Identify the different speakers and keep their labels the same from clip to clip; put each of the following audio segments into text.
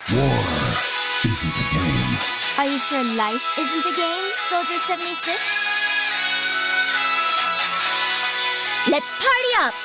Speaker 1: War isn't a game.
Speaker 2: Are you sure life isn't a game, Soldier 76? Let's party up!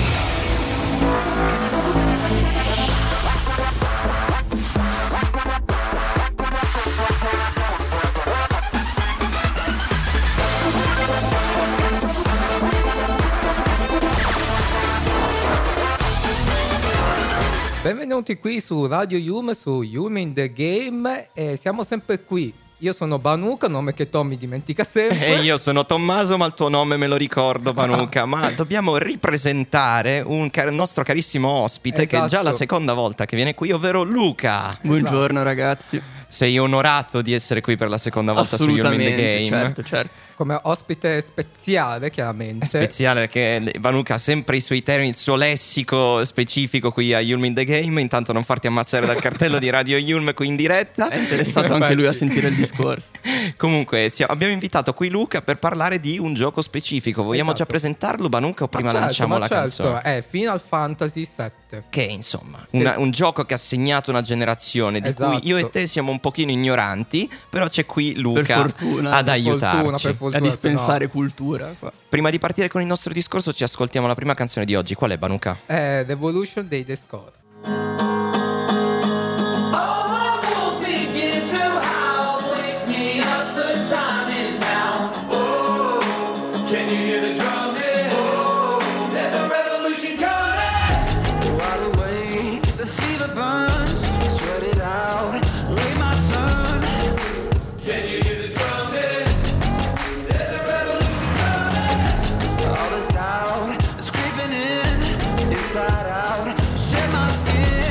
Speaker 3: Benvenuti qui su Radio Yum, su Yum in the Game, e siamo sempre qui. Io sono Banuka, nome che Tommy dimentica sempre.
Speaker 4: E io sono Tommaso, ma il tuo nome me lo ricordo, Banuka. Ma dobbiamo ripresentare un nostro carissimo ospite, che è già la seconda volta che viene qui, ovvero Luca.
Speaker 5: Buongiorno ragazzi.
Speaker 4: Sei onorato di essere qui per la seconda volta su Yum in the Game.
Speaker 5: Certo.
Speaker 3: Come ospite speziale, chiaramente.
Speaker 4: È speciale perché Banuka ha sempre i suoi termini, il suo lessico specifico qui a Yum in the Game. Intanto non farti ammazzare dal cartello di Radio Yum qui in diretta.
Speaker 5: È interessato anche lui a sentire il discorso.
Speaker 4: Comunque abbiamo invitato qui Luca per parlare di un gioco specifico. Vogliamo già presentarlo, Banuka, o prima lanciamo la canzone?
Speaker 3: È Final Fantasy VII.
Speaker 4: Che insomma un gioco che ha segnato una generazione di cui io e te siamo un pochino ignoranti, però c'è qui Luca ad aiutarci,
Speaker 5: a dispensare cultura qua.
Speaker 4: Prima di partire con il nostro discorso ci ascoltiamo la prima canzone di oggi. Qual è, Banuka?
Speaker 3: È The Evolution dei The Score.
Speaker 6: Inside out, shed my skin.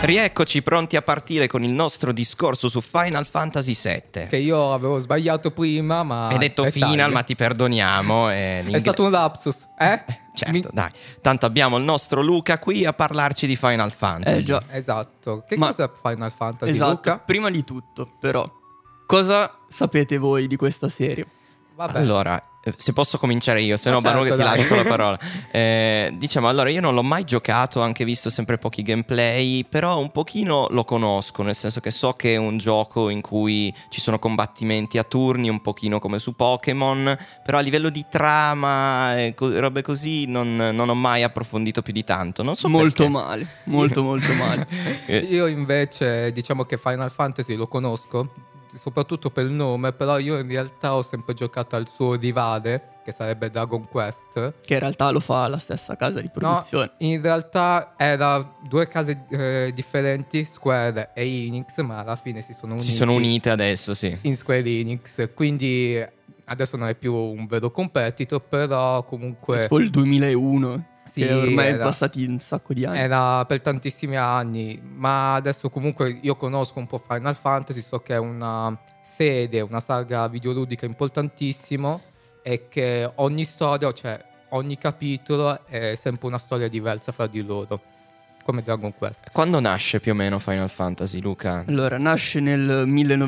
Speaker 4: Rieccoci pronti a partire con il nostro discorso su Final Fantasy VII.
Speaker 3: Che io avevo sbagliato prima, ma...
Speaker 4: Hai detto Final, ma ti perdoniamo.
Speaker 3: È stato un lapsus,
Speaker 4: Certo, dai. Tanto abbiamo il nostro Luca qui a parlarci di Final Fantasy.
Speaker 5: Già.
Speaker 3: Esatto. Che
Speaker 5: Ma-
Speaker 3: cos'è Final Fantasy,
Speaker 5: Esatto.
Speaker 3: Luca?
Speaker 5: Prima di tutto, però, cosa sapete voi di questa serie?
Speaker 3: Vabbè.
Speaker 4: Allora, se posso cominciare io, se no
Speaker 3: certo,
Speaker 4: Banuca ti
Speaker 3: dai.
Speaker 4: lascio la parola. Diciamo, allora io non l'ho mai giocato, ho anche visto sempre pochi gameplay, però un pochino lo conosco, nel senso che so che è un gioco in cui ci sono combattimenti a turni, un pochino come su Pokémon, però a livello di trama e robe così non ho mai approfondito più di tanto. Non so
Speaker 5: Molto
Speaker 4: perché.
Speaker 5: male, molto male.
Speaker 3: Io invece diciamo che Final Fantasy lo conosco, soprattutto per il nome, però io in realtà ho sempre giocato al suo rivale, che sarebbe Dragon Quest.
Speaker 5: Che in realtà lo fa la stessa casa di produzione.
Speaker 3: No, in realtà era due case differenti, Square e Enix, ma alla fine si sono uniti.
Speaker 4: Si sono unite adesso, sì.
Speaker 3: In Square Enix, quindi adesso non è più un vero competitor, però comunque
Speaker 5: Tipo il 2001,
Speaker 3: Sì,
Speaker 5: che ormai è
Speaker 3: era-
Speaker 5: passati un sacco di anni.
Speaker 3: era per tantissimi anni, ma adesso comunque io conosco un po' Final Fantasy, so che è una sede, una saga videoludica importantissimo e che ogni storia, cioè ogni capitolo è sempre una storia diversa fra di loro, come Dragon Quest.
Speaker 4: Quando nasce più o meno Final Fantasy, Luca?
Speaker 5: Allora, nasce nel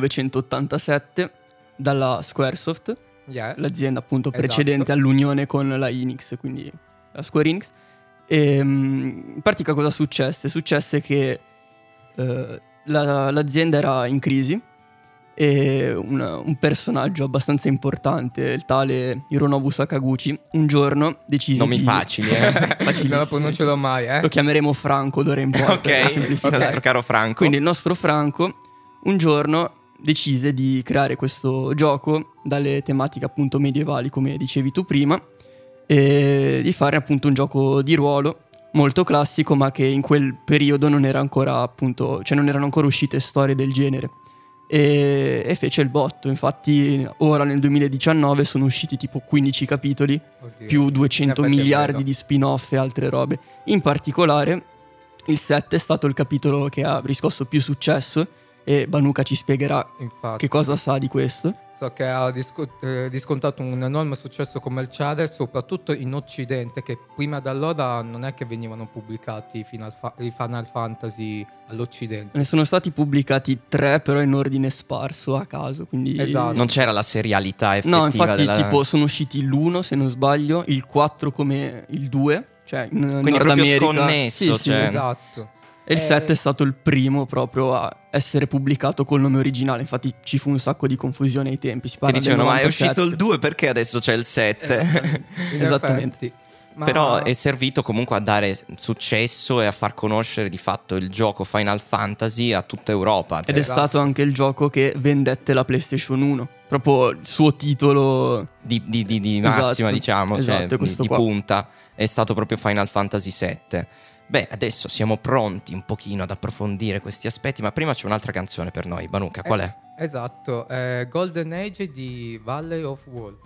Speaker 5: 1987 dalla Squaresoft,
Speaker 3: Yeah.
Speaker 5: l'azienda appunto
Speaker 3: Esatto.
Speaker 5: precedente all'unione con la Enix, quindi la Square Enix. E, in pratica cosa successe? Successe che l'azienda era in crisi e un personaggio abbastanza importante, il tale Hironobu Sakaguchi, un giorno decise
Speaker 4: Nomi
Speaker 5: di...
Speaker 4: facili,
Speaker 5: Facilissimi.
Speaker 3: Non lo pronuncerò mai,
Speaker 5: Lo chiameremo Franco d'ora in poi, per
Speaker 4: Ok,
Speaker 5: semplificare.
Speaker 4: il nostro caro Franco.
Speaker 5: Quindi il nostro Franco un giorno decise di creare questo gioco dalle tematiche appunto medievali, come dicevi tu prima, e di fare appunto un gioco di ruolo molto classico, ma che in quel periodo non era ancora appunto, cioè non erano ancora uscite storie del genere. E fece il botto. Infatti ora nel 2019 sono usciti tipo 15 capitoli,
Speaker 3: Oddio.
Speaker 5: più
Speaker 3: In
Speaker 5: 200
Speaker 3: effetti è
Speaker 5: miliardi
Speaker 3: vero.
Speaker 5: di spin-off e altre robe. In particolare il 7 è stato il capitolo che ha riscosso più successo e Banuka ci spiegherà
Speaker 3: Infatti.
Speaker 5: che cosa sa di questo.
Speaker 3: So che ha riscontrato un enorme successo commerciale, soprattutto in Occidente, che prima da allora non è che venivano pubblicati i Final Fantasy all'Occidente.
Speaker 5: Ne sono stati pubblicati 3 però in ordine sparso a caso, quindi...
Speaker 3: Esatto.
Speaker 4: Non c'era la serialità effettiva
Speaker 5: No, infatti
Speaker 4: della...
Speaker 5: tipo sono usciti l'1 se non sbaglio, il 4 come il 2, cioè in
Speaker 4: Quindi
Speaker 5: Nord
Speaker 4: proprio
Speaker 5: America.
Speaker 4: sconnesso,
Speaker 5: Sì, sì,
Speaker 4: cioè.
Speaker 3: Esatto.
Speaker 5: E il 7 è stato il primo proprio a essere pubblicato col nome originale. Infatti ci fu un sacco di confusione ai tempi. Si
Speaker 4: Che
Speaker 5: parla
Speaker 4: dicevano,
Speaker 5: del
Speaker 4: ma è uscito
Speaker 5: 97.
Speaker 4: il 2 perché adesso c'è il 7?
Speaker 3: In
Speaker 5: Esattamente.
Speaker 3: effetti. Ma-
Speaker 4: Però è servito comunque a dare successo e a far conoscere di fatto il gioco Final Fantasy a tutta Europa.
Speaker 5: Ed è
Speaker 3: Esatto.
Speaker 5: stato anche il gioco che vendette la PlayStation 1. Proprio il suo titolo.
Speaker 4: Di
Speaker 5: Esatto,
Speaker 4: massima, diciamo,
Speaker 5: esatto,
Speaker 4: cioè,
Speaker 5: è questo
Speaker 4: di
Speaker 5: qua.
Speaker 4: punta, è stato proprio Final Fantasy VII. Beh, adesso siamo pronti un pochino ad approfondire questi aspetti, ma prima c'è un'altra canzone per noi. Banuka, qual è?
Speaker 3: Esatto, Golden Age di Valley of Wolves.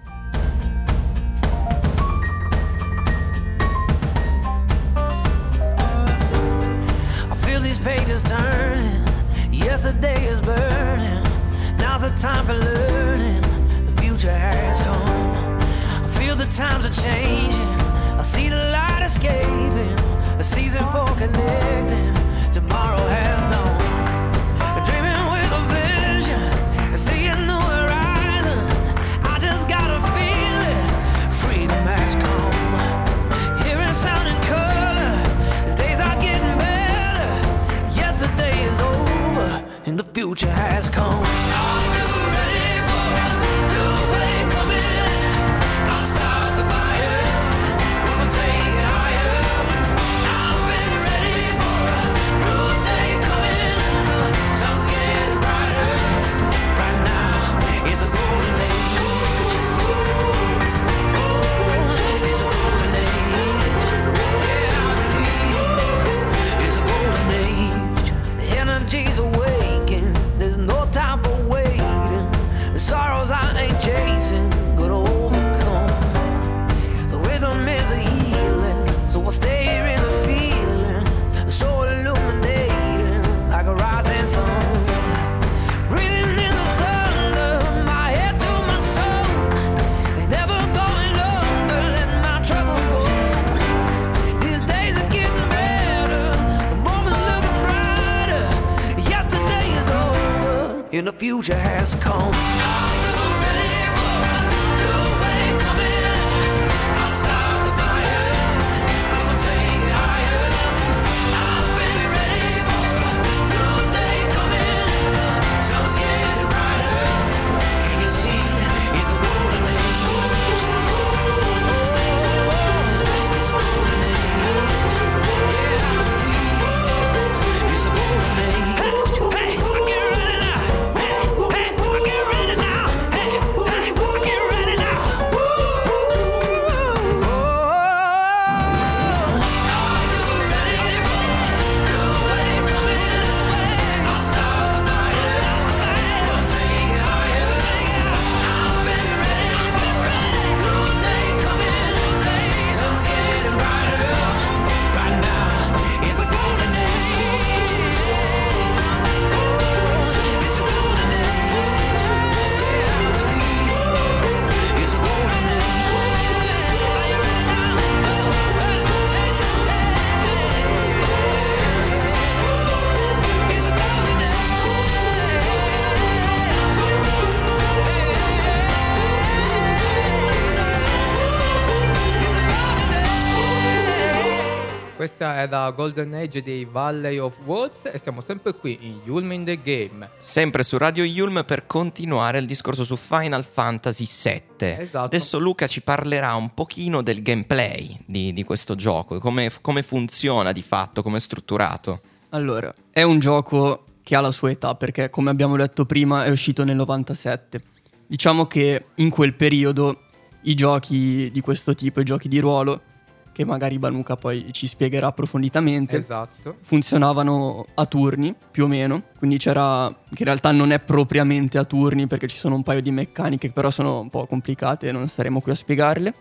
Speaker 6: I feel these pages turning. Yesterday is burning. Now's the time for learning. The future has come. I feel the times are changing. I see the light escaping. A season for connecting. Tomorrow has dawned. Dreaming with a vision and seeing new horizons. I just gotta feel it. Freedom has come. Hearing sound and color. These days are getting better. Yesterday is over and the future has come. Are you ready for a new wave coming? I'll start the fire. Gonna take it higher. I've been ready for a new day coming. and the future has come. Are you ready for a new wave coming? I'll start the fire, I'ma take it higher. I've been ready for a new day coming. Sun's getting brighter, can you see? It's a golden age. It's a golden age. Yeah, it's a golden age. Hey, I get ready now. Hey, I get ready now. Hey, I get ready now. Are you ready for a new wave coming? I'll start the fire, I'll take it higher. I've been ready for a new day coming. Sun's getting brighter. Right now, it's a golden age. It's a golden age. It's a golden age. Are you ready now? It's a golden
Speaker 3: Questa è la Golden Age dei Valley of Wolves e siamo sempre qui in Yulm in the Game.
Speaker 4: Sempre su Radio Yulm per continuare il discorso su Final Fantasy VII.
Speaker 3: Esatto.
Speaker 4: Adesso Luca ci parlerà un pochino del gameplay di questo gioco, come funziona di fatto, come è strutturato.
Speaker 5: Allora, è un gioco che ha la sua età, perché come abbiamo detto prima è uscito nel 97. Diciamo che in quel periodo i giochi di questo tipo, i giochi di ruolo, che magari Banuka poi ci spiegherà approfonditamente,
Speaker 3: Esatto.
Speaker 5: funzionavano a turni più o meno, quindi c'era, che in realtà non è propriamente a turni perché ci sono un paio di meccaniche che però sono un po' complicate e non staremo qui a spiegarle.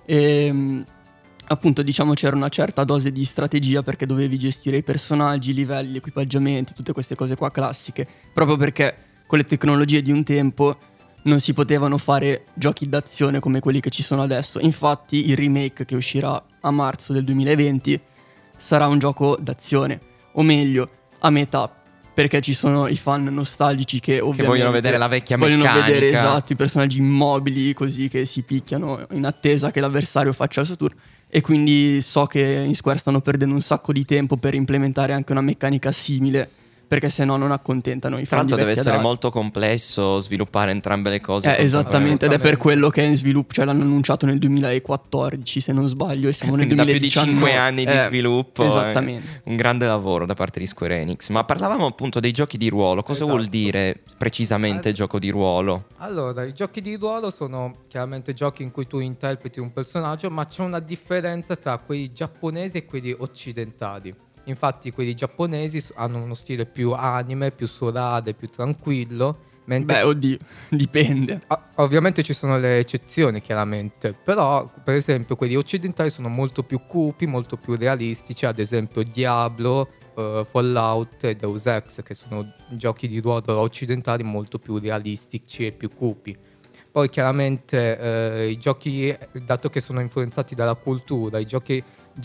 Speaker 5: E appunto diciamo c'era una certa dose di strategia perché dovevi gestire i personaggi, i livelli, gli equipaggiamenti, tutte queste cose qua classiche, proprio perché con le tecnologie di un tempo non si potevano fare giochi d'azione come quelli che ci sono adesso. Infatti il remake che uscirà a marzo del 2020 sarà un gioco d'azione, o meglio, a metà, perché ci sono i fan nostalgici che ovviamente
Speaker 4: vogliono vedere la vecchia
Speaker 5: vogliono
Speaker 4: meccanica.
Speaker 5: vedere, esatto, i personaggi immobili così che si picchiano in attesa che l'avversario faccia il suo turno. E quindi so che in Square stanno perdendo un sacco di tempo per implementare anche una meccanica simile, perché se no non accontentano i
Speaker 4: Tra
Speaker 5: fan di
Speaker 4: l'altro deve
Speaker 5: vecchia
Speaker 4: essere
Speaker 5: data.
Speaker 4: molto complesso sviluppare entrambe le cose.
Speaker 5: Esattamente, ed è per
Speaker 3: Esattamente.
Speaker 5: quello che è in sviluppo, cioè l'hanno annunciato nel 2014 se non sbaglio, e siamo nel
Speaker 4: Quindi da più di
Speaker 5: 2019.
Speaker 4: 5 anni di sviluppo.
Speaker 5: Esattamente.
Speaker 4: Un grande lavoro da parte di Square Enix. Ma parlavamo appunto dei giochi di ruolo. Cosa
Speaker 3: Esatto.
Speaker 4: vuol dire precisamente gioco di ruolo?
Speaker 3: Allora, i giochi di ruolo sono chiaramente giochi in cui tu interpreti un personaggio, ma c'è una differenza tra quelli giapponesi e quelli occidentali. Infatti quelli giapponesi hanno uno stile più anime, più solare, più tranquillo, mentre
Speaker 5: Beh, oddio, dipende.
Speaker 3: ovviamente ci sono le eccezioni chiaramente, però per esempio quelli occidentali sono molto più cupi, molto più realistici, ad esempio Diablo, Fallout e Deus Ex, che sono giochi di ruolo occidentali molto più realistici e più cupi. Poi chiaramente i giochi, dato che sono influenzati dalla cultura, i giochi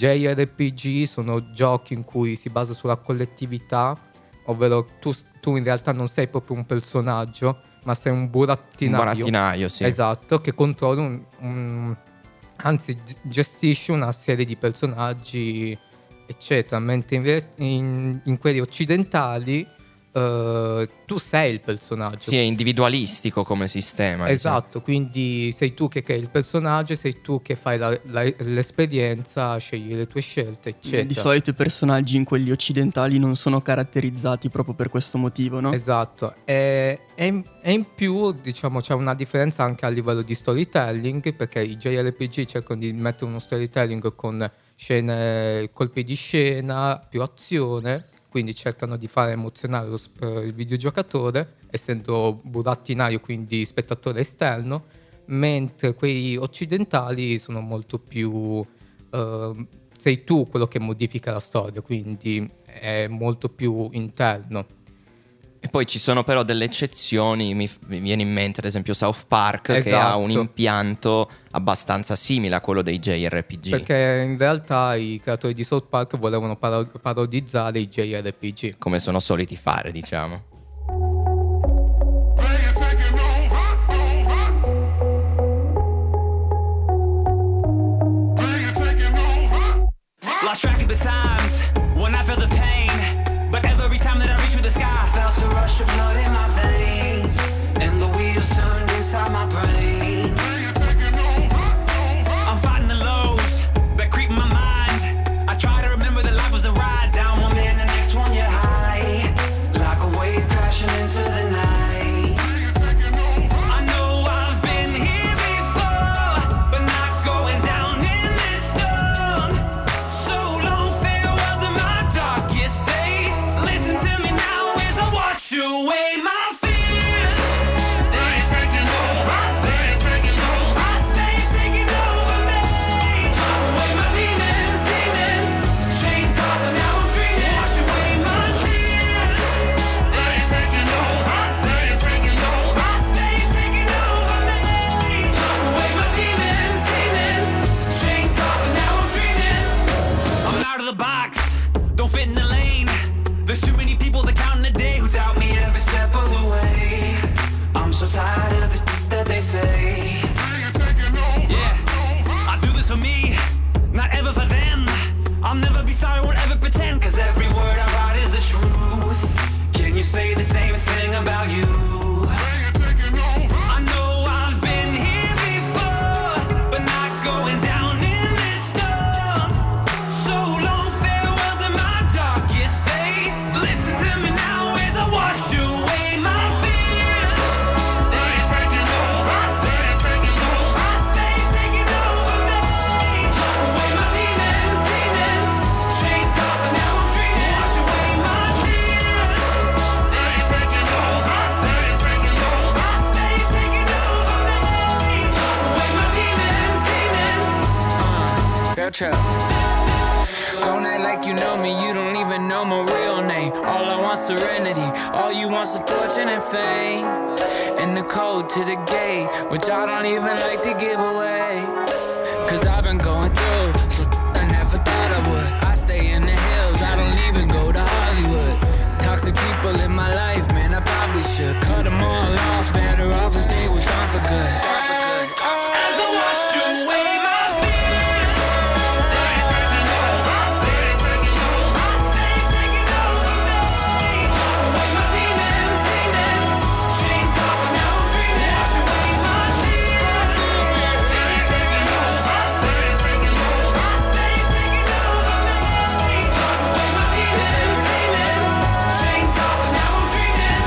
Speaker 3: JRPG sono giochi in cui si basa sulla collettività, ovvero tu in realtà non sei proprio un personaggio, ma sei un burattinaio.
Speaker 4: Un burattinaio, sì.
Speaker 3: Esatto, che controlla anzi gestisce una serie di personaggi, eccetera, mentre in quelli occidentali tu sei il personaggio.
Speaker 4: Sì, è individualistico come sistema.
Speaker 3: Esatto, quindi sei tu che crei il personaggio, sei tu che fai l'esperienza, scegli le tue scelte, eccetera.
Speaker 5: Di solito i personaggi in quelli occidentali non sono caratterizzati proprio per questo motivo, no?
Speaker 3: Esatto, e in più diciamo c'è una differenza anche a livello di storytelling, perché i JRPG cercano di mettere uno storytelling con scene, colpi di scena, più azione, quindi cercano di fare emozionare il videogiocatore, essendo burattinaio, quindi spettatore esterno, mentre quei occidentali sono molto più sei tu quello che modifica la storia, quindi è molto più interno.
Speaker 4: E poi ci sono però delle eccezioni, mi viene in mente ad esempio South Park, che ha un
Speaker 3: Esatto.
Speaker 4: impianto abbastanza simile a quello dei JRPG.
Speaker 3: Perché in realtà i creatori di South Park volevano parodizzare i JRPG.
Speaker 4: Come sono soliti fare, diciamo.
Speaker 7: truck. Don't act like you know me, you don't even know my real name. All I want serenity, all you want's a fortune and fame. And the code to the gate, which I don't even like to give away. Cause I've been going through, so I never thought I would. I stay in the hills, I don't even go to Hollywood. Toxic people in my life, man, I probably should cut them all off. Better off if they was gone for good. As I wash away my fears, they're taking over, they're taking over, they're taking over me. Away my demons, demons, chains off and now I'm dreaming. Wash away my tears, they're taking over, they're taking over, they're taking over me. Away my demons, demons, chains off and now I'm dreaming.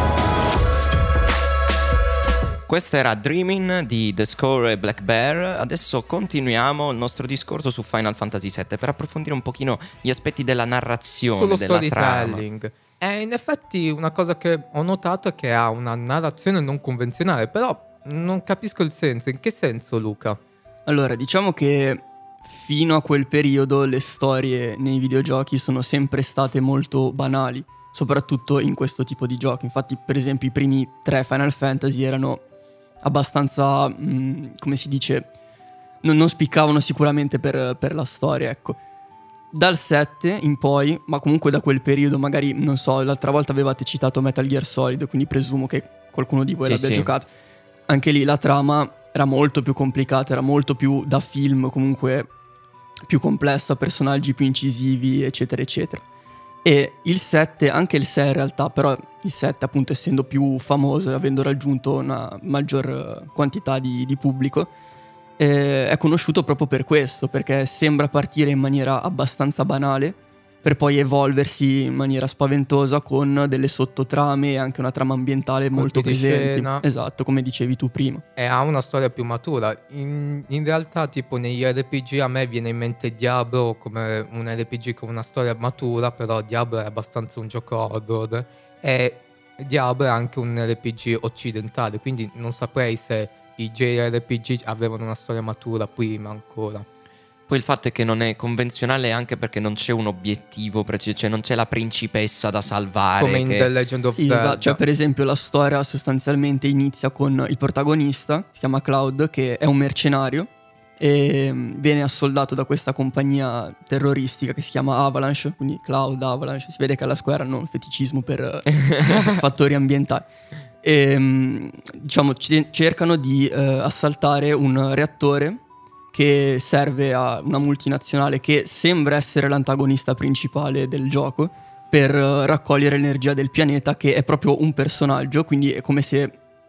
Speaker 4: Questa era Dreamin' di The Score e Black Bear. Adesso continuiamo il nostro discorso su Final Fantasy VII per approfondire un pochino gli aspetti della narrazione,
Speaker 3: Sullo
Speaker 4: della trama.
Speaker 3: storytelling. E in effetti una cosa che ho notato è che ha una narrazione non convenzionale, però non capisco il senso. In che senso, Luca?
Speaker 5: Allora, diciamo che fino a quel periodo le storie nei videogiochi sono sempre state molto banali, soprattutto in questo tipo di giochi. Infatti, per esempio, i primi 3 Final Fantasy erano abbastanza, come si dice, non spiccavano sicuramente per la storia, ecco. Dal 7 in poi, ma comunque da quel periodo, magari, non so, l'altra volta avevate citato Metal Gear Solid, quindi presumo che qualcuno di voi
Speaker 4: Sì,
Speaker 5: l'abbia
Speaker 4: sì.
Speaker 5: giocato. Anche lì la trama era molto più complicata, era molto più da film, comunque più complessa, personaggi più incisivi, eccetera, eccetera. E il 7, anche il 6 in realtà, però il 7 appunto essendo più famoso e avendo raggiunto una maggior quantità di pubblico, è conosciuto proprio per questo, perché sembra partire in maniera abbastanza banale per poi evolversi in maniera spaventosa con delle sottotrame e anche una trama ambientale molto
Speaker 3: di
Speaker 5: presente.
Speaker 3: scena.
Speaker 5: Esatto, come dicevi tu prima.
Speaker 3: E ha una storia più matura. In realtà, tipo negli RPG, a me viene in mente Diablo come un RPG con una storia matura, però Diablo è abbastanza un gioco horror. E Diablo è anche un RPG occidentale, quindi non saprei se i JRPG avevano una storia matura prima ancora.
Speaker 4: Poi il fatto è che non è convenzionale anche perché non c'è un obiettivo preciso, cioè non c'è la principessa da salvare.
Speaker 3: Come in
Speaker 4: che-
Speaker 3: The Legend of
Speaker 5: Sì,
Speaker 3: Zelda.
Speaker 5: esatto. Cioè, per esempio, la storia sostanzialmente inizia con il protagonista, si chiama Cloud, che è un mercenario e viene assoldato da questa compagnia terroristica che si chiama Avalanche, quindi Cloud Avalanche. Si vede che alla Square hanno un feticismo per fattori ambientali. E, diciamo, cercano di assaltare un reattore che serve a una multinazionale che sembra essere l'antagonista principale del gioco per raccogliere l'energia del pianeta, che è proprio un personaggio, quindi è come se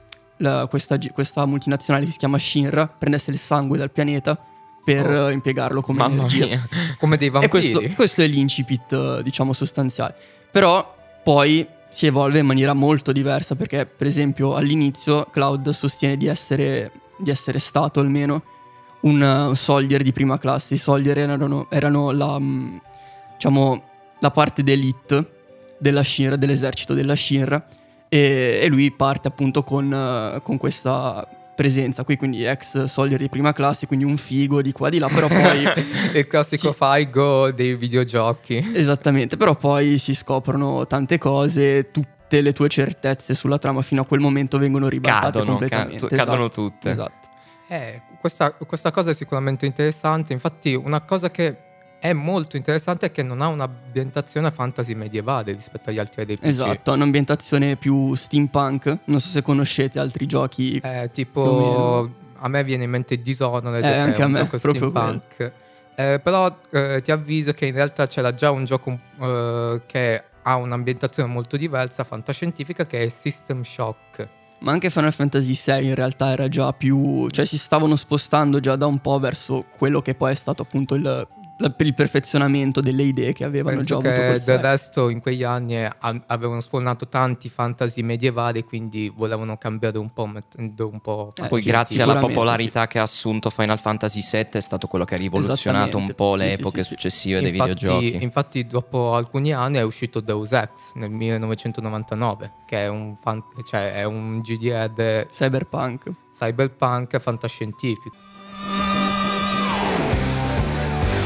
Speaker 5: questa multinazionale che si chiama Shinra prendesse il sangue dal pianeta per impiegarlo come
Speaker 4: Mamma
Speaker 5: energia.
Speaker 4: mia.
Speaker 3: Come dei
Speaker 5: E
Speaker 3: vampiri.
Speaker 5: questo è l'incipit, diciamo, sostanziale. Però poi si evolve in maniera molto diversa, perché per esempio all'inizio Cloud sostiene di essere stato almeno un soldier di prima classe. I soldier erano la, diciamo, la parte d'elite della Shinra, dell'esercito della Shinra, e lui parte appunto con questa presenza qui, quindi ex soldier di prima classe, quindi un figo di qua di là, però poi
Speaker 3: Il classico Faigo dei videogiochi.
Speaker 5: esattamente, però poi si scoprono tante cose, tutte le tue certezze sulla trama fino a quel momento vengono ribaltate
Speaker 4: Cadono,
Speaker 5: completamente.
Speaker 4: cadono
Speaker 5: Esatto,
Speaker 4: tutte.
Speaker 5: Esatto.
Speaker 3: Questa cosa è sicuramente interessante. Infatti, una cosa che è molto interessante è che non ha un'ambientazione fantasy medievale rispetto agli altri RPG.
Speaker 5: Esatto, ha un'ambientazione più steampunk. Non so se conoscete altri giochi. Più o
Speaker 3: Tipo, a me viene in mente Dishonored, che
Speaker 5: anche
Speaker 3: è
Speaker 5: a
Speaker 3: un
Speaker 5: me,
Speaker 3: gioco
Speaker 5: proprio
Speaker 3: steampunk. Però ti avviso che in realtà c'era già un gioco che ha un'ambientazione molto diversa, fantascientifica, che è System Shock.
Speaker 5: Ma anche Final Fantasy VI in realtà era già più... cioè si stavano spostando già da un po' verso quello che poi è stato appunto il perfezionamento delle idee che avevano
Speaker 3: Penso
Speaker 5: già avuto
Speaker 3: che
Speaker 5: col
Speaker 3: del
Speaker 5: 6.
Speaker 3: resto in quegli anni avevano sfornato tanti fantasy medievali, quindi volevano cambiare un po', mettendo un po'
Speaker 4: Poi
Speaker 5: sì,
Speaker 4: grazie alla
Speaker 5: sicuramente,
Speaker 4: popolarità che ha assunto Final Fantasy VII è stato quello che ha rivoluzionato un
Speaker 5: Esattamente.
Speaker 4: po' le
Speaker 5: Sì,
Speaker 4: epoche
Speaker 5: sì.
Speaker 4: successive dei
Speaker 3: Infatti-
Speaker 4: videogiochi.
Speaker 3: Infatti dopo alcuni anni è uscito Deus Ex nel 1999, che è è un GDR
Speaker 5: Cyberpunk.
Speaker 3: cyberpunk fantascientifico.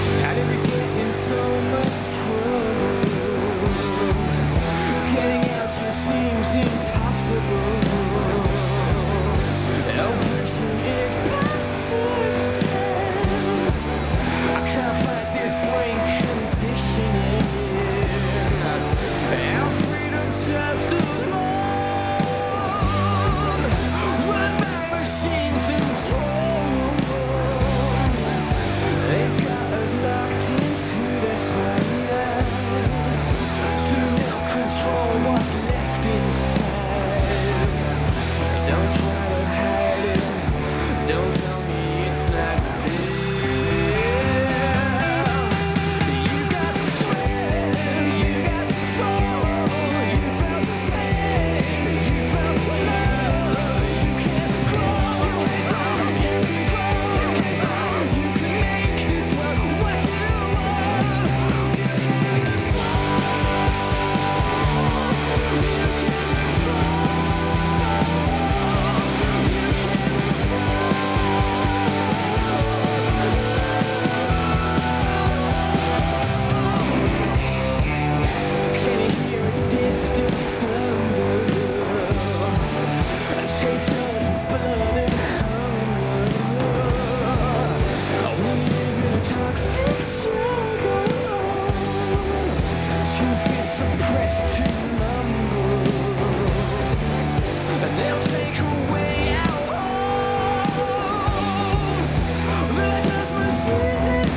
Speaker 6: so much trouble. Getting out just seems impossible. Oppression is persistent. I can't fight this brain conditioning. Our freedom's just a law. Run by machines and trolls. They got us locked into their silence. To now control what's left inside. Don't try to hide it. Don't tell me it's not there. You got the strength, you got the soul, you felt the pain, you felt the love. You can grow, you can grow, you can grow. You can make this world what you want. You can fly, you can fly. Can you hear a distant thunder? A taste of burning hunger. We live in a toxic jungle. Truth is suppressed to numbers, and they'll take away our homes. They're just machines and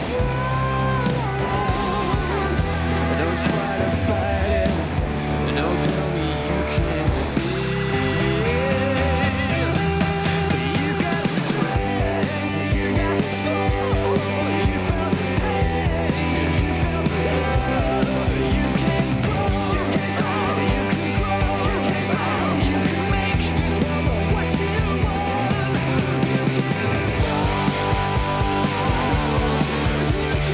Speaker 6: drones. Don't try to fight it. Don't tell me you can't see it. You got strength, you got soul, you felt the pain, you felt the love. You can grow, you can grow, you can grow, you can grow. You can make this world what you want. You can fly, you can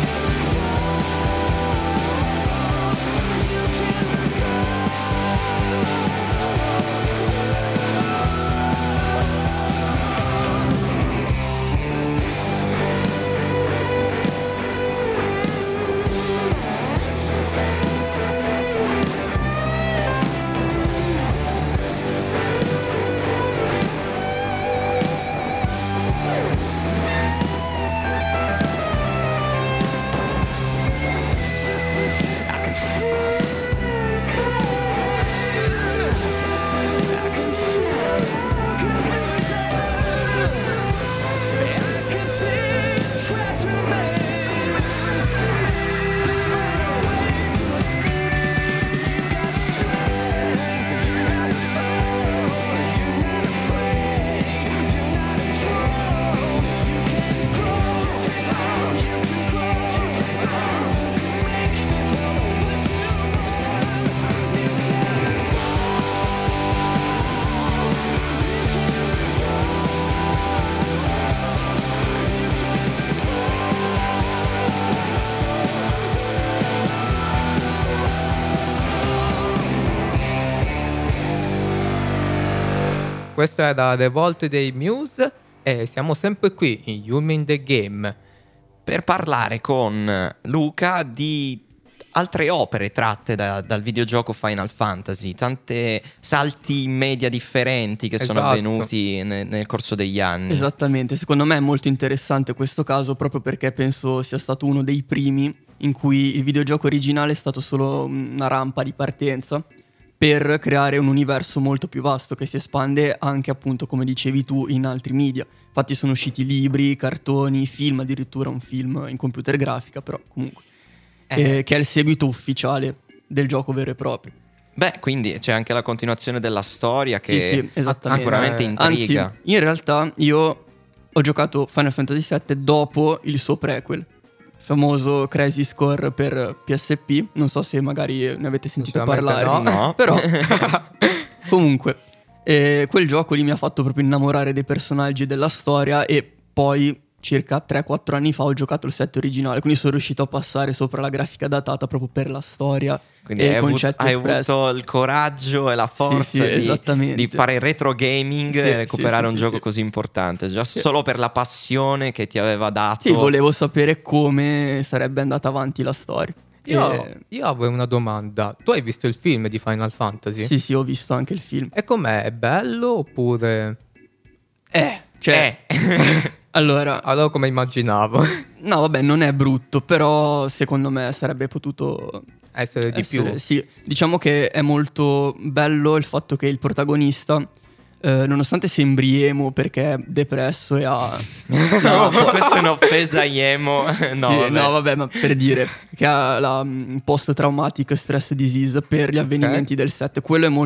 Speaker 3: Questo è da The Vault dei Muse e siamo sempre qui in You in the Game.
Speaker 4: Per parlare con Luca di altre opere tratte dal videogioco Final Fantasy, tante salti in media differenti che sono
Speaker 3: Esatto.
Speaker 4: avvenuti nel corso degli anni.
Speaker 5: Esattamente, secondo me è molto interessante questo caso proprio perché penso sia stato uno dei primi in cui il videogioco originale è stato solo una rampa di partenza per creare un universo molto più vasto che si espande anche, appunto, come dicevi tu, in altri media. Infatti sono usciti libri, cartoni, film, addirittura un film in computer grafica, però comunque che è il seguito ufficiale del gioco vero e proprio.
Speaker 4: Beh, quindi c'è anche la continuazione della storia che
Speaker 5: Sì, esattamente.
Speaker 4: sicuramente intriga.
Speaker 5: Anzi, in realtà io ho giocato Final Fantasy VII dopo il suo prequel, il famoso Crazy Score per PSP. Non so se magari ne avete sentito
Speaker 3: Assolutamente
Speaker 5: parlare,
Speaker 4: no.
Speaker 5: però comunque quel gioco lì mi ha fatto proprio innamorare dei personaggi e della storia, e poi circa 3-4 anni fa ho giocato il 7 originale, quindi sono riuscito a passare sopra la grafica datata proprio per la storia.
Speaker 4: Quindi
Speaker 5: e i concetti
Speaker 4: hai
Speaker 5: espressi.
Speaker 4: avuto il coraggio e la forza
Speaker 5: esattamente.
Speaker 4: di fare retro gaming e recuperare un gioco
Speaker 5: sì.
Speaker 4: così importante, già solo per la passione che ti aveva dato.
Speaker 5: Sì, volevo sapere come sarebbe andata avanti la storia.
Speaker 3: Io avevo una domanda. Tu hai visto il film di Final Fantasy?
Speaker 5: Sì, ho visto anche il film.
Speaker 3: E com'è? È bello oppure...
Speaker 5: Allora,
Speaker 3: come immaginavo.
Speaker 5: no, vabbè, non è brutto, però secondo me sarebbe potuto
Speaker 3: Essere di più.
Speaker 5: Sì, diciamo che è molto bello il fatto che il protagonista, nonostante sembri emo perché è depresso e ha...
Speaker 4: No, questa è un'offesa agli emo.
Speaker 5: No, vabbè, ma per dire che ha la post-traumatic stress disease per gli avvenimenti del set. Quello è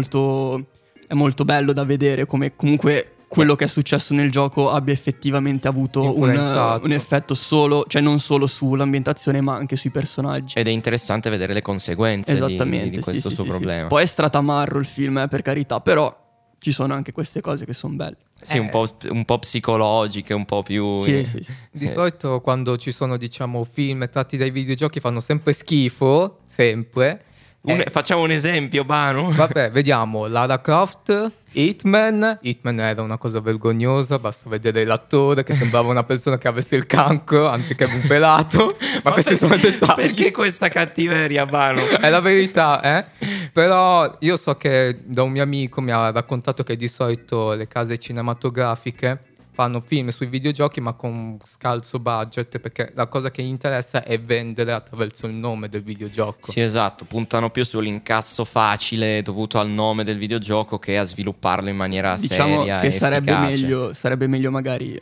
Speaker 5: molto bello da vedere, come comunque quello che è successo nel gioco abbia effettivamente avuto un effetto solo, cioè non solo sull'ambientazione ma anche sui personaggi.
Speaker 4: Ed è interessante vedere le conseguenze di questo suo problema.
Speaker 5: Poi è stratamarro il film, per carità, però ci sono anche queste cose che sono belle.
Speaker 4: Sì, un po' psicologiche, un po' più...
Speaker 5: Sì.
Speaker 3: Di solito quando ci sono, diciamo, film tratti dai videogiochi fanno sempre schifo, sempre.
Speaker 4: Facciamo un esempio, Banu.
Speaker 3: Vabbè, vediamo. Lara Croft, Hitman era una cosa vergognosa, basta vedere l'attore che sembrava una persona che avesse il cancro anziché un pelato. Ma questi sono dettagli.
Speaker 4: Perché questa cattiveria, Banu?
Speaker 3: È la verità, Però io so che da un mio amico mi ha raccontato che di solito le case cinematografiche fanno film sui videogiochi ma con scarso budget, perché la cosa che gli interessa è vendere attraverso il nome del videogioco.
Speaker 4: Sì, esatto, puntano più sull'incasso facile dovuto al nome del videogioco che a svilupparlo in maniera seria
Speaker 5: che
Speaker 4: e efficace.
Speaker 5: sarebbe meglio magari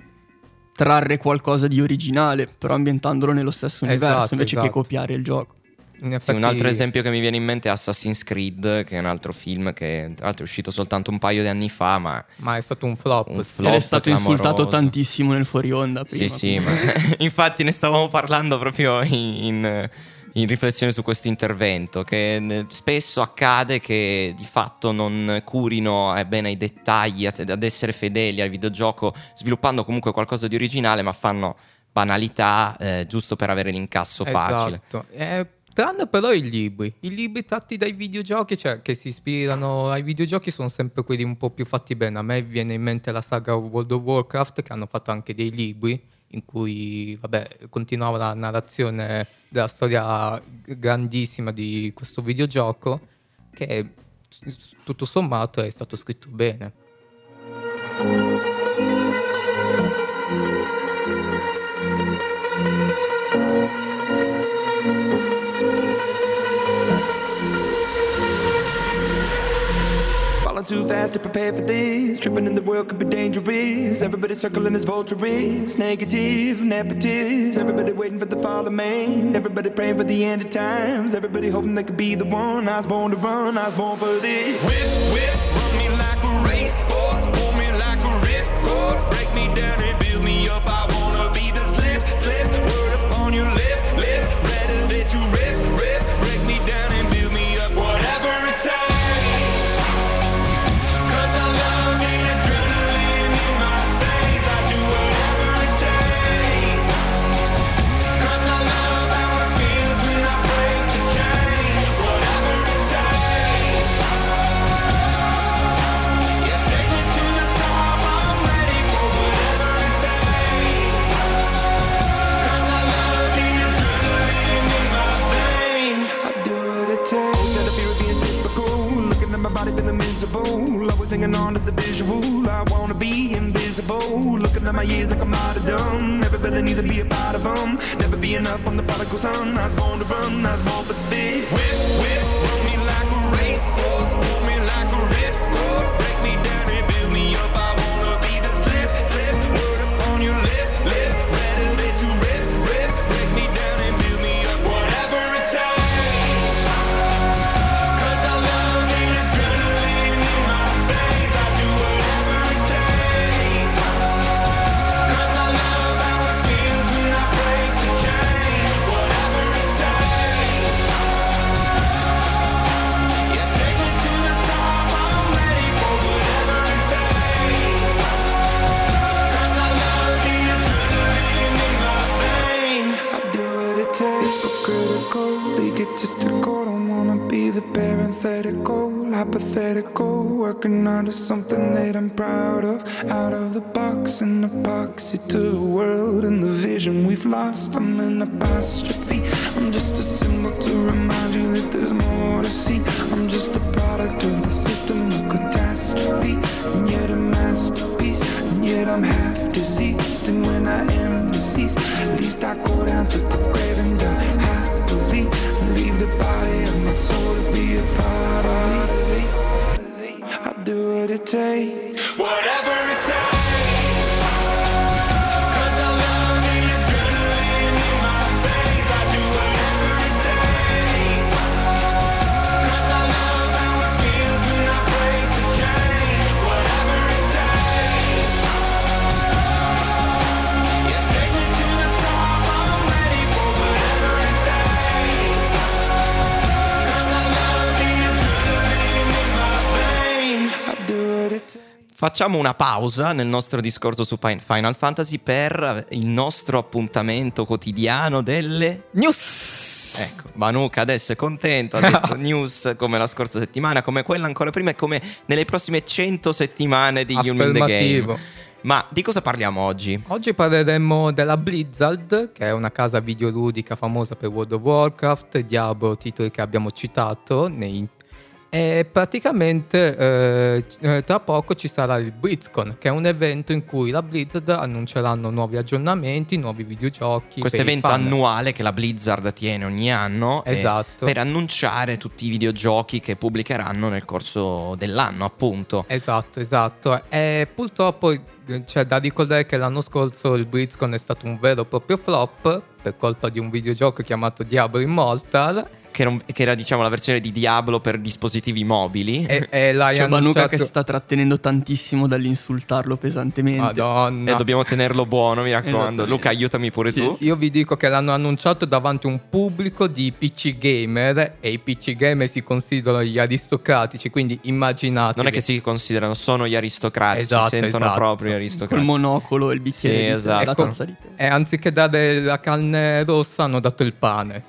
Speaker 5: trarre qualcosa di originale, però ambientandolo nello stesso universo invece che copiare il gioco.
Speaker 4: Sì, un altro esempio che mi viene in mente è Assassin's Creed, che è un altro film che tra l'altro è uscito soltanto un paio di anni fa, ma
Speaker 3: è stato un flop.
Speaker 5: Ed è stato insultato tantissimo nel fuori onda prima.
Speaker 4: Sì, ma infatti ne stavamo parlando proprio in riflessione su questo intervento, che spesso accade che di fatto non curino bene i dettagli, ad essere fedeli al videogioco, sviluppando comunque qualcosa di originale, ma fanno banalità giusto per avere l'incasso facile.
Speaker 3: Esatto. Tranne però i libri tratti dai videogiochi, cioè che si ispirano ai videogiochi, sono sempre quelli un po' più fatti bene. A me viene in mente la saga World of Warcraft, che hanno fatto anche dei libri in cui continuava la narrazione della storia grandissima di questo videogioco, che tutto sommato è stato scritto bene.
Speaker 8: Too fast to prepare for this. Tripping in the world could be dangerous. Everybody circling as vultures. Negative, nepotist. Everybody waiting for the fall of man. Everybody praying for the end of times. Everybody hoping they could be the one. I was born to run, I was born for this. Whip, run me like a racehorse. Pull me like a ripcord. Break me down and build me up. I wanna be the slip. Word upon your lip. Rather that you rip. Break me down and build me up. Whatever it takes. Hanging on to the visual, I wanna be invisible. Looking at my years like I'm out of dumb. Everybody needs to be a part of them. Never be enough on the prodigal son. I was born to run, I was born for this. Whip, run me like a racehorse. Pull me like a ripcord. Break me down and build me up. I wanna be the slip. Word upon your lip. Rather that you rip. Break me down and build me up. Whatever it takes. 'Cause I love the adrenaline in my veins. I do whatever it takes. 'Cause I love how it feels when I break the chains. Whatever it takes. egotistical. Don't wanna be the parenthetical, hypothetical, working onto something that I'm proud of. Out of the box, an epoxy to the world and the vision we've lost. I'm an apostrophe. I'm just a symbol to remind you that there's more to see. I'm just a product of the system of catastrophe, and yet a masterpiece, and yet I'm half diseased. And when I am deceased, at least I go down to the grave and die happily, and leave the body of my soul to be a part of me. I do what it takes, whatever it takes.
Speaker 4: Facciamo una pausa nel nostro discorso su Final Fantasy per il nostro appuntamento quotidiano delle
Speaker 3: news.
Speaker 4: Ecco, Manuka adesso è contento, ha detto news come la scorsa settimana, come quella ancora prima e come nelle prossime 100 settimane di You Mean the Game. Ma di cosa parliamo oggi?
Speaker 3: Oggi parleremo della Blizzard, che è una casa videoludica famosa per World of Warcraft, Diablo, titoli che abbiamo citato e praticamente tra poco ci sarà il BlizzCon, che è un evento in cui la Blizzard annunceranno nuovi aggiornamenti, nuovi videogiochi.
Speaker 4: Questo evento annuale che la Blizzard tiene ogni anno,
Speaker 3: esatto,
Speaker 4: per annunciare tutti i videogiochi che pubblicheranno nel corso dell'anno, appunto.
Speaker 3: Esatto. E purtroppo c'è da ricordare che l'anno scorso il BlizzCon è stato un vero e proprio flop per colpa di un videogioco chiamato Diablo Immortal,
Speaker 4: che era diciamo la versione di Diablo per dispositivi mobili.
Speaker 3: E l'hai
Speaker 5: c'è Manuka
Speaker 3: annunciato...
Speaker 5: che sta trattenendo tantissimo dall'insultarlo pesantemente.
Speaker 3: Madonna.
Speaker 4: E dobbiamo tenerlo buono, mi raccomando. Luca, aiutami pure tu.
Speaker 3: Io vi dico che l'hanno annunciato davanti a un pubblico di PC gamer, e i PC gamer si considerano gli aristocratici, quindi immaginate.
Speaker 4: Non è che si considerano, sono gli aristocratici, si sentono proprio gli aristocratici.
Speaker 5: Col monocolo e il bicchiere la tazza di tè.
Speaker 3: E anziché dare la carne rossa hanno dato il pane.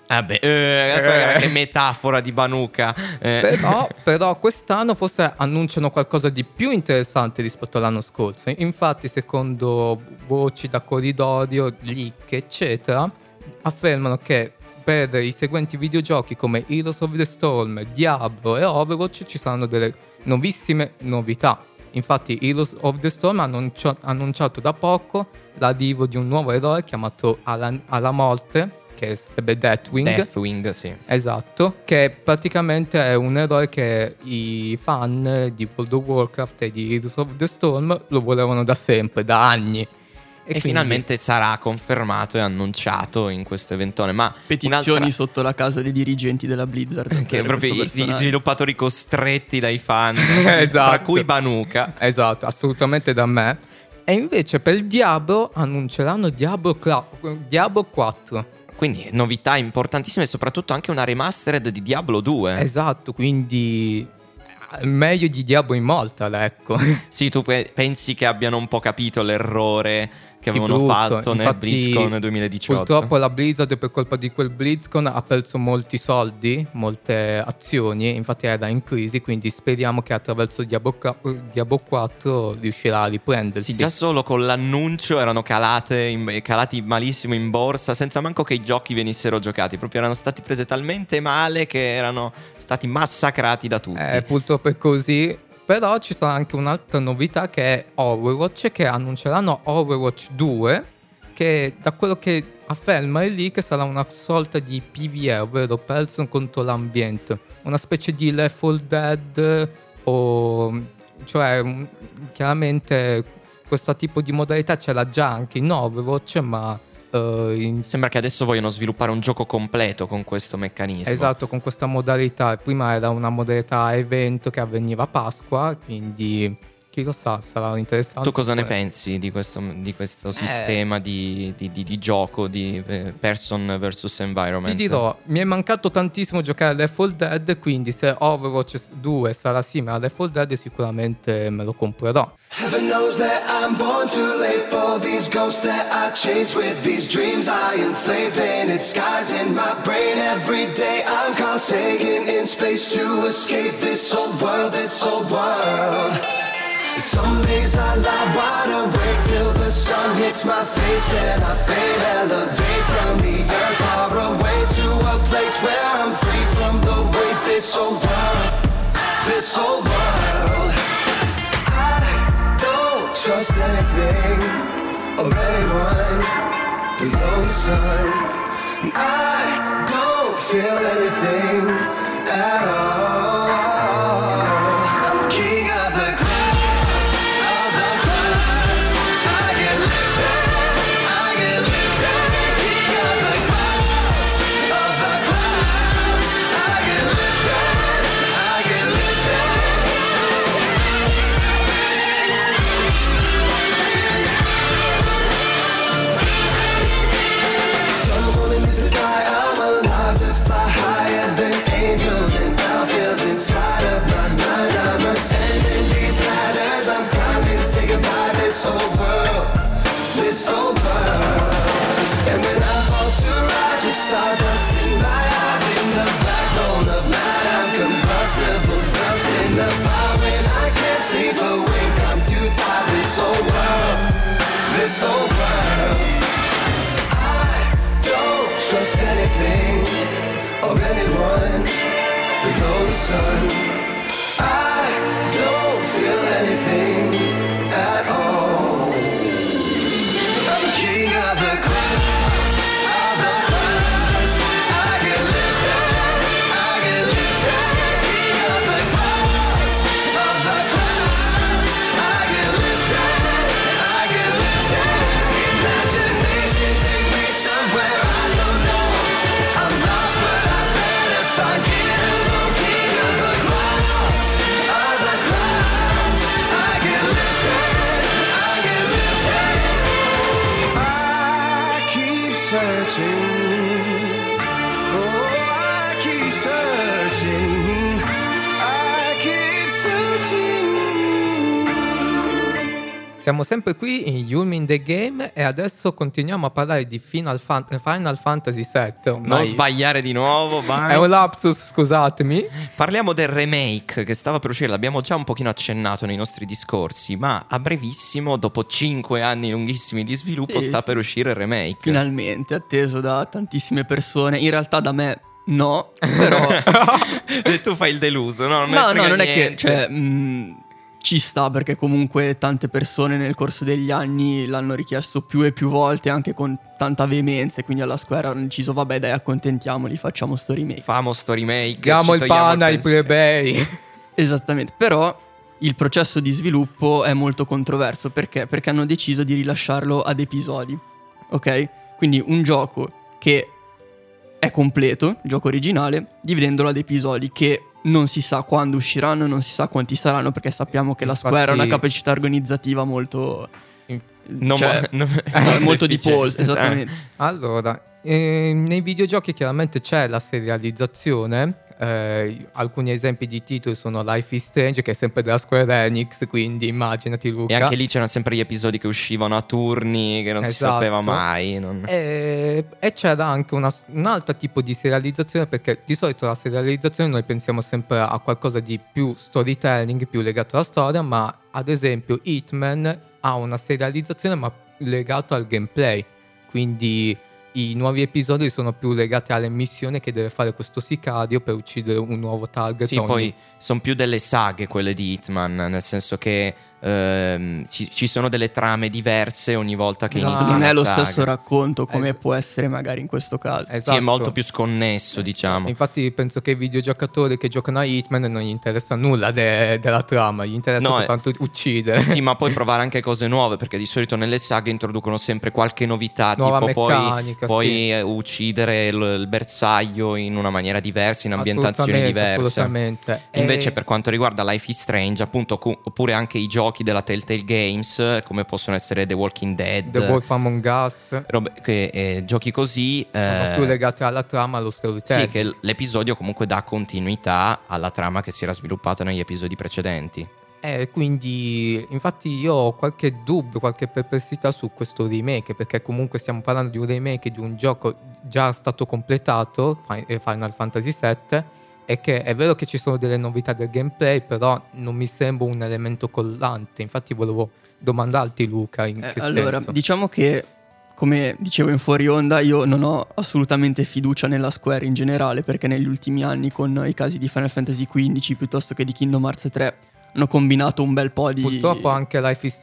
Speaker 4: Che metafora di Manuka.
Speaker 3: Però quest'anno forse annunciano qualcosa di più interessante rispetto all'anno scorso. Infatti, secondo voci da corridoio, leak eccetera, affermano che per i seguenti videogiochi come Heroes of the Storm, Diablo e Overwatch ci saranno delle nuovissime novità. Infatti Heroes of the Storm ha annunciato da poco l'arrivo di un nuovo eroe chiamato alla morte, che sarebbe
Speaker 4: Deathwing, sì.
Speaker 3: Esatto, che praticamente è un eroe che i fan di World of Warcraft e di Heroes of the Storm lo volevano da sempre, da anni.
Speaker 4: E quindi finalmente sarà confermato e annunciato in questo eventone. Ma
Speaker 5: petizioni sotto la casa dei dirigenti della Blizzard,
Speaker 4: che proprio gli sviluppatori costretti dai fan,
Speaker 3: esatto,
Speaker 4: tra cui Manuka.
Speaker 3: Esatto, assolutamente da me. E invece per il Diablo annunceranno Diablo 4.
Speaker 4: Quindi novità importantissime e soprattutto anche una remastered di Diablo 2.
Speaker 3: Esatto, quindi meglio di Diablo Immortal, ecco.
Speaker 4: Sì, tu pensi che abbiano un po' capito l'errore che avevano fatto nel BlizzCon 2018.
Speaker 3: Purtroppo la Blizzard, per colpa di quel BlizzCon, ha perso molti soldi, molte azioni, infatti era in crisi, quindi speriamo che attraverso Diablo 4 riuscirà a riprendersi.
Speaker 4: Sì, già solo con l'annuncio erano calati malissimo in borsa, senza manco che i giochi venissero giocati, proprio erano stati prese talmente male che erano stati massacrati da tutti.
Speaker 3: Purtroppo è così. Però ci sarà anche un'altra novità, che è Overwatch, che annunceranno Overwatch 2, che da quello che afferma il leak sarà una sorta di PvE, ovvero person contro l'ambiente, una specie di Left 4 Dead, cioè chiaramente questo tipo di modalità c'era già anche in Overwatch, ma
Speaker 4: sembra che adesso vogliono sviluppare un gioco completo con questo meccanismo.
Speaker 3: Esatto, con questa modalità. Prima era una modalità evento che avveniva a Pasqua, quindi chi lo sa, sarà interessante.
Speaker 4: Tu cosa ne pensi di questo sistema di gioco di person versus environment?
Speaker 3: Ti dirò, mi è mancato tantissimo giocare a Left 4 Dead, quindi se Overwatch 2 sarà simile a Left 4 Dead sicuramente me lo comprerò.
Speaker 9: Heaven knows that I'm born too late for these ghosts that I chase with these dreams I inflate, painted skies in my brain every day. I'm Carl Sagan in space to escape this old world, this old world. Some days I lie wide awake till the sun hits my face and I fade, elevate from the earth far away to a place where I'm free from the weight, this old world, this old world. I don't trust anything or anyone below the sun. I don't feel anything at all. I'm king of the clouds, of the clouds. I get lifted, king of the clouds, of the clouds. I get lifted, Some only live to die, I'm alive to fly higher than angels and outfields inside of my mind. I'm ascending these ladders, I'm climbing, say goodbye this whole world, this whole world. And when I fall to rise with stardust in my eyes, in the backbone of night, I'm combustible dust in the fire. When I can't sleep a wink, I'm too tired. This whole world, this whole world. I don't trust anything or anyone below the sun. I don't feel anything at all. I'm king of the clouds, of the clouds. I get lifted, king of the clouds, of the clouds. I get lifted, imagination take me somewhere I don't know. I'm lost but I better find it alone. King of the clouds, of the clouds. I get lifted, I keep searching. Oh, I keep searching. I keep searching.
Speaker 3: Siamo sempre qui in You Mean the Game e adesso continuiamo a parlare di Final Fantasy VII.
Speaker 4: Non sbagliare di nuovo, vai.
Speaker 3: È un lapsus, scusatemi.
Speaker 4: Parliamo del remake che stava per uscire, l'abbiamo già un pochino accennato nei nostri discorsi, ma a brevissimo, dopo 5 anni lunghissimi di sviluppo, sta per uscire il remake.
Speaker 5: Finalmente, atteso da tantissime persone. In realtà da me no, però...
Speaker 4: E tu fai il deluso, no?
Speaker 5: No, non è che... Cioè, ci sta, perché comunque tante persone nel corso degli anni l'hanno richiesto più e più volte, anche con tanta veemenza, e quindi alla Square hanno deciso vabbè dai, accontentiamoli, facciamo sto remake.
Speaker 4: Famo sto remake.
Speaker 3: Diamo il pane ai plebei.
Speaker 5: Esattamente, però il processo di sviluppo è molto controverso. Perché? Perché hanno deciso di rilasciarlo ad episodi, ok? Quindi un gioco che è completo, il gioco originale, dividendolo ad episodi che non si sa quando usciranno, non si sa quanti saranno, perché sappiamo che la Square ha una capacità organizzativa molto molto di polso, esattamente.
Speaker 3: Allora, nei videogiochi chiaramente c'è la serializzazione. Alcuni esempi di titoli sono Life is Strange, che è sempre della Square Enix, quindi immaginati, Luca.
Speaker 4: E anche lì c'erano sempre gli episodi che uscivano a turni, che non si sapeva mai.
Speaker 3: E c'era anche un altro tipo di serializzazione, perché di solito la serializzazione noi pensiamo sempre a qualcosa di più storytelling, più legato alla storia, ma ad esempio Hitman ha una serializzazione ma legato al gameplay, quindi i nuovi episodi sono più legati alle missioni che deve fare questo sicario per uccidere un nuovo target.
Speaker 4: Sì, poi sono più delle saghe quelle di Hitman, nel senso che ci sono delle trame diverse ogni volta che inizia.
Speaker 5: Non è lo
Speaker 4: saga.
Speaker 5: Stesso racconto come può essere magari in questo caso.
Speaker 3: Esatto.
Speaker 4: Sì, è molto più sconnesso, diciamo.
Speaker 3: Infatti penso che i videogiocatori che giocano a Hitman non gli interessa nulla della trama, gli interessa soltanto uccidere.
Speaker 4: Sì, ma poi provare anche cose nuove, perché di solito nelle saghe introducono sempre qualche novità,
Speaker 3: nuova
Speaker 4: tipo
Speaker 3: meccanica,
Speaker 4: poi uccidere il bersaglio in una maniera diversa, in ambientazioni diverse.
Speaker 3: Assolutamente.
Speaker 4: Invece per quanto riguarda Life is Strange, appunto, oppure anche i giochi giochi della Telltale Games, come possono essere The Walking Dead,
Speaker 3: The Wolf Among Us,
Speaker 4: giochi così
Speaker 3: sono più legati alla trama, allo storytelling.
Speaker 4: sì, che l'episodio comunque dà continuità alla trama che si era sviluppata negli episodi precedenti.
Speaker 3: Quindi infatti io ho qualche dubbio, qualche perplessità su questo remake, perché comunque stiamo parlando di un remake di un gioco già stato completato, Final Fantasy VII, e che è vero che ci sono delle novità del gameplay, però non mi sembra un elemento collante. Infatti volevo domandarti, Luca, in che
Speaker 5: allora,
Speaker 3: senso.
Speaker 5: diciamo che, come dicevo in fuori onda, io non ho assolutamente fiducia nella Square in generale, perché negli ultimi anni, con i casi di Final Fantasy XV piuttosto che di Kingdom Hearts 3, hanno combinato un bel po' di...
Speaker 3: Purtroppo anche Life is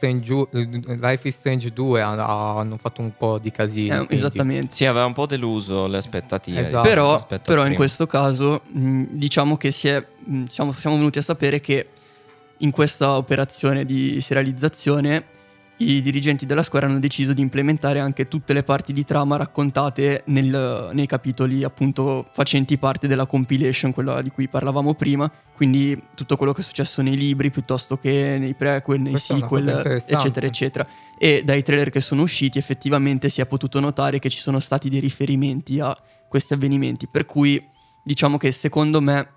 Speaker 3: Strange 2 hanno fatto un po' di casino.
Speaker 5: Esattamente.
Speaker 4: Sì, aveva un po' deluso le aspettative.
Speaker 3: Esatto.
Speaker 5: Però in questo caso diciamo che siamo venuti a sapere che in questa operazione di serializzazione i dirigenti della Square hanno deciso di implementare anche tutte le parti di trama raccontate nei capitoli appunto facenti parte della compilation, quella di cui parlavamo prima, quindi tutto quello che è successo nei libri piuttosto che nei prequel, nei sequel, eccetera eccetera. E dai trailer che sono usciti effettivamente si è potuto notare che ci sono stati dei riferimenti a questi avvenimenti, per cui diciamo che secondo me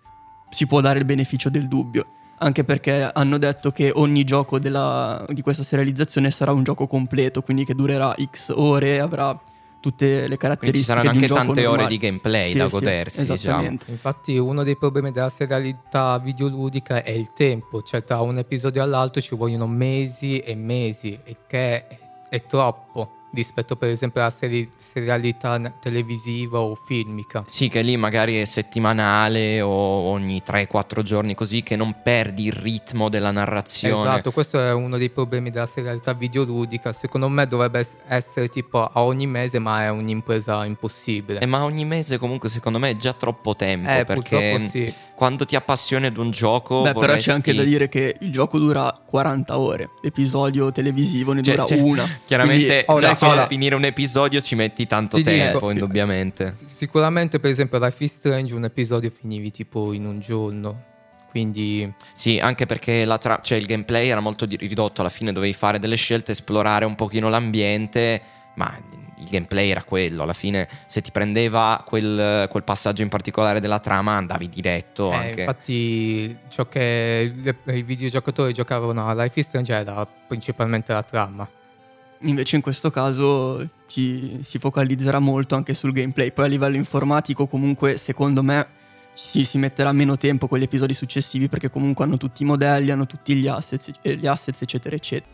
Speaker 5: si può dare il beneficio del dubbio, anche perché hanno detto che ogni gioco di questa serializzazione sarà un gioco completo, quindi che durerà X ore, avrà tutte le caratteristiche.
Speaker 4: Quindi ci saranno
Speaker 5: di un
Speaker 4: anche
Speaker 5: gioco
Speaker 4: tante
Speaker 5: normale.
Speaker 4: ore di gameplay da godersi,
Speaker 5: esattamente.
Speaker 4: diciamo.
Speaker 3: Infatti uno dei problemi della serialità videoludica è il tempo, cioè tra un episodio all'altro ci vogliono mesi e mesi, e che è troppo rispetto per esempio alla serialità televisiva o filmica.
Speaker 4: Sì, che lì magari è settimanale o ogni 3-4 giorni, così che non perdi il ritmo della narrazione.
Speaker 3: Esatto, questo è uno dei problemi della serialità videoludica. Secondo me dovrebbe essere tipo a ogni mese, ma è un'impresa impossibile.
Speaker 4: Ma ogni mese comunque secondo me è già troppo tempo, perché
Speaker 3: purtroppo sì.
Speaker 4: Quando ti appassioni ad un gioco
Speaker 5: però c'è anche da dire che il gioco dura 40 ore, l'episodio televisivo ne dura una.
Speaker 4: Chiaramente
Speaker 5: quindi,
Speaker 4: già solo finire un episodio ci metti tanto tempo, indubbiamente.
Speaker 3: Sicuramente per esempio Life is Strange un episodio finivi tipo in un giorno. Quindi
Speaker 4: sì, anche perché il gameplay era molto ridotto, alla fine dovevi fare delle scelte, esplorare un pochino l'ambiente, ma il gameplay era quello. Alla fine se ti prendeva quel passaggio in particolare della trama andavi diretto anche.
Speaker 3: Infatti ciò che i videogiocatori giocavano a Life is Strange era principalmente la trama.
Speaker 5: Invece in questo caso si focalizzerà molto anche sul gameplay. Poi a livello informatico comunque secondo me si metterà meno tempo con gli episodi successivi, perché comunque hanno tutti i modelli, hanno tutti gli assets eccetera eccetera.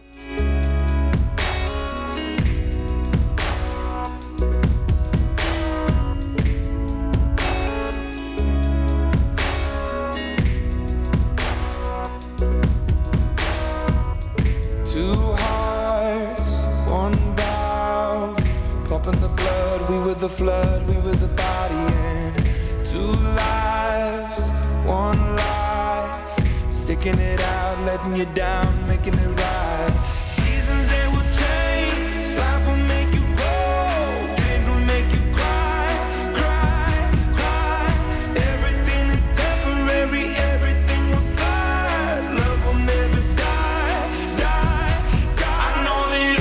Speaker 8: Two hearts, one valve, pumping the blood. We were the flood, we were the body, and two lives, one life, sticking it out, letting you down, making it right. Seasons they will change, life will make you grow, dreams will make you cry, cry, cry. Everything is temporary, everything will slide, love will never die, die, die. I know that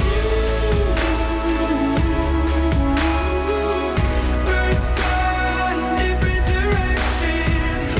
Speaker 8: birds fly in different directions.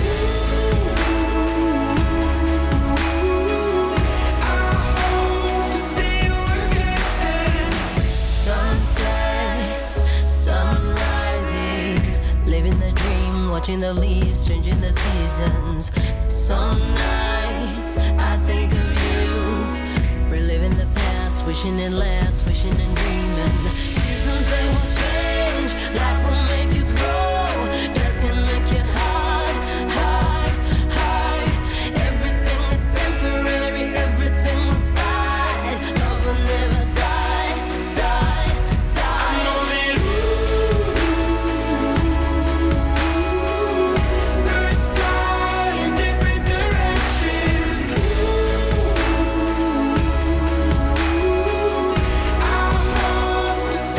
Speaker 8: I hope to see you again.
Speaker 10: Sunsets, sunrises, living the dream, watching the leaves changing the seasons. Some nights I think of you, reliving the past, wishing it lasts, wishing and dreaming. Seasons they will change, life will make you grow, death can make you hide, hide, hide. Everything is temporary, everything will slide, love will never die, die, die.
Speaker 8: I know that birds fly in different directions. I hope to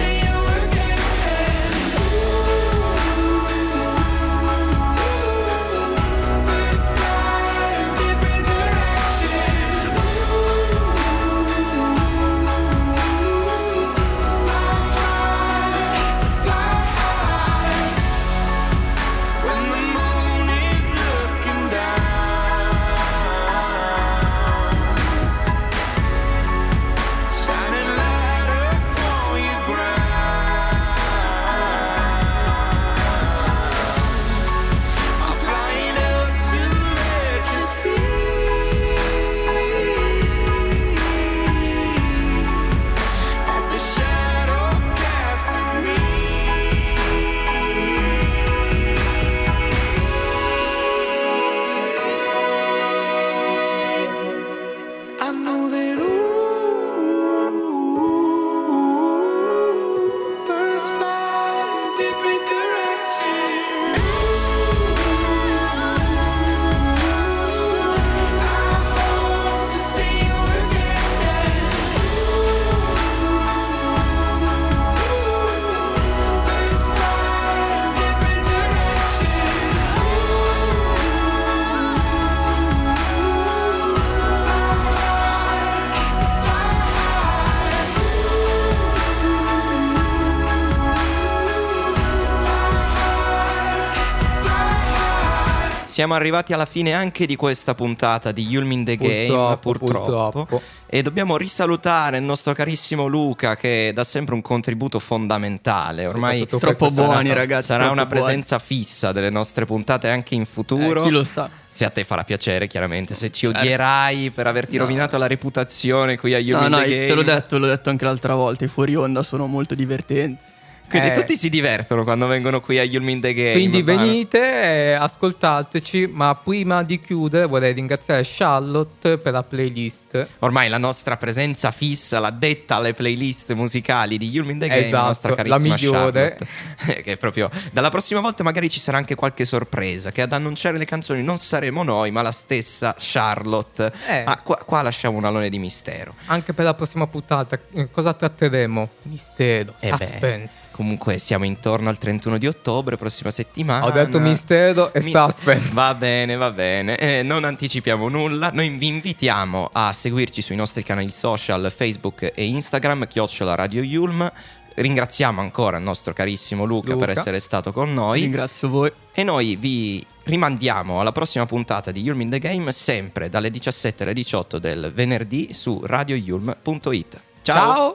Speaker 4: siamo arrivati alla fine anche di questa puntata di Yulm the Game, purtroppo. E dobbiamo risalutare il nostro carissimo Luca, che dà sempre un contributo fondamentale. Ormai
Speaker 5: troppo buoni, ragazzi.
Speaker 4: Sarà una
Speaker 5: buoni.
Speaker 4: presenza fissa delle nostre puntate anche in futuro.
Speaker 5: Chi lo sa.
Speaker 4: Se a te farà piacere, chiaramente. Se ci odierai per averti rovinato la reputazione qui a Yulm the Game.
Speaker 5: Te l'ho detto anche l'altra volta. I fuori onda sono molto divertenti.
Speaker 4: Quindi tutti si divertono quando vengono qui a Yulm the Game.
Speaker 3: Quindi venite, ascoltateci. Ma prima di chiudere vorrei ringraziare Charlotte per la playlist.
Speaker 4: Ormai la nostra presenza fissa, la detta alle playlist musicali di Yulm the Game, la nostra carissima
Speaker 3: la migliore.
Speaker 4: Charlotte, che proprio dalla prossima volta magari ci sarà anche qualche sorpresa, che ad annunciare le canzoni non saremo noi ma la stessa Charlotte. Qua lasciamo un alone di mistero.
Speaker 3: Anche per la prossima puntata cosa tratteremo? Mistero, suspense.
Speaker 4: Comunque siamo intorno al 31 di ottobre, prossima settimana.
Speaker 3: Ho detto mistero e suspense.
Speaker 4: Va bene. Non anticipiamo nulla. Noi vi invitiamo a seguirci sui nostri canali social Facebook e Instagram, @Radio Yulm. Ringraziamo ancora il nostro carissimo Luca per essere stato con noi.
Speaker 5: Ringrazio voi.
Speaker 4: E noi vi rimandiamo alla prossima puntata di Yulm the Game, sempre dalle 17 alle 18 del venerdì su radioyulm.it. Ciao!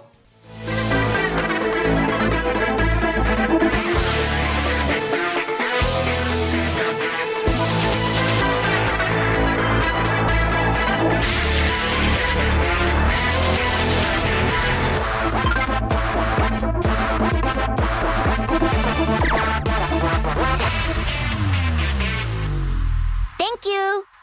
Speaker 2: Thank you.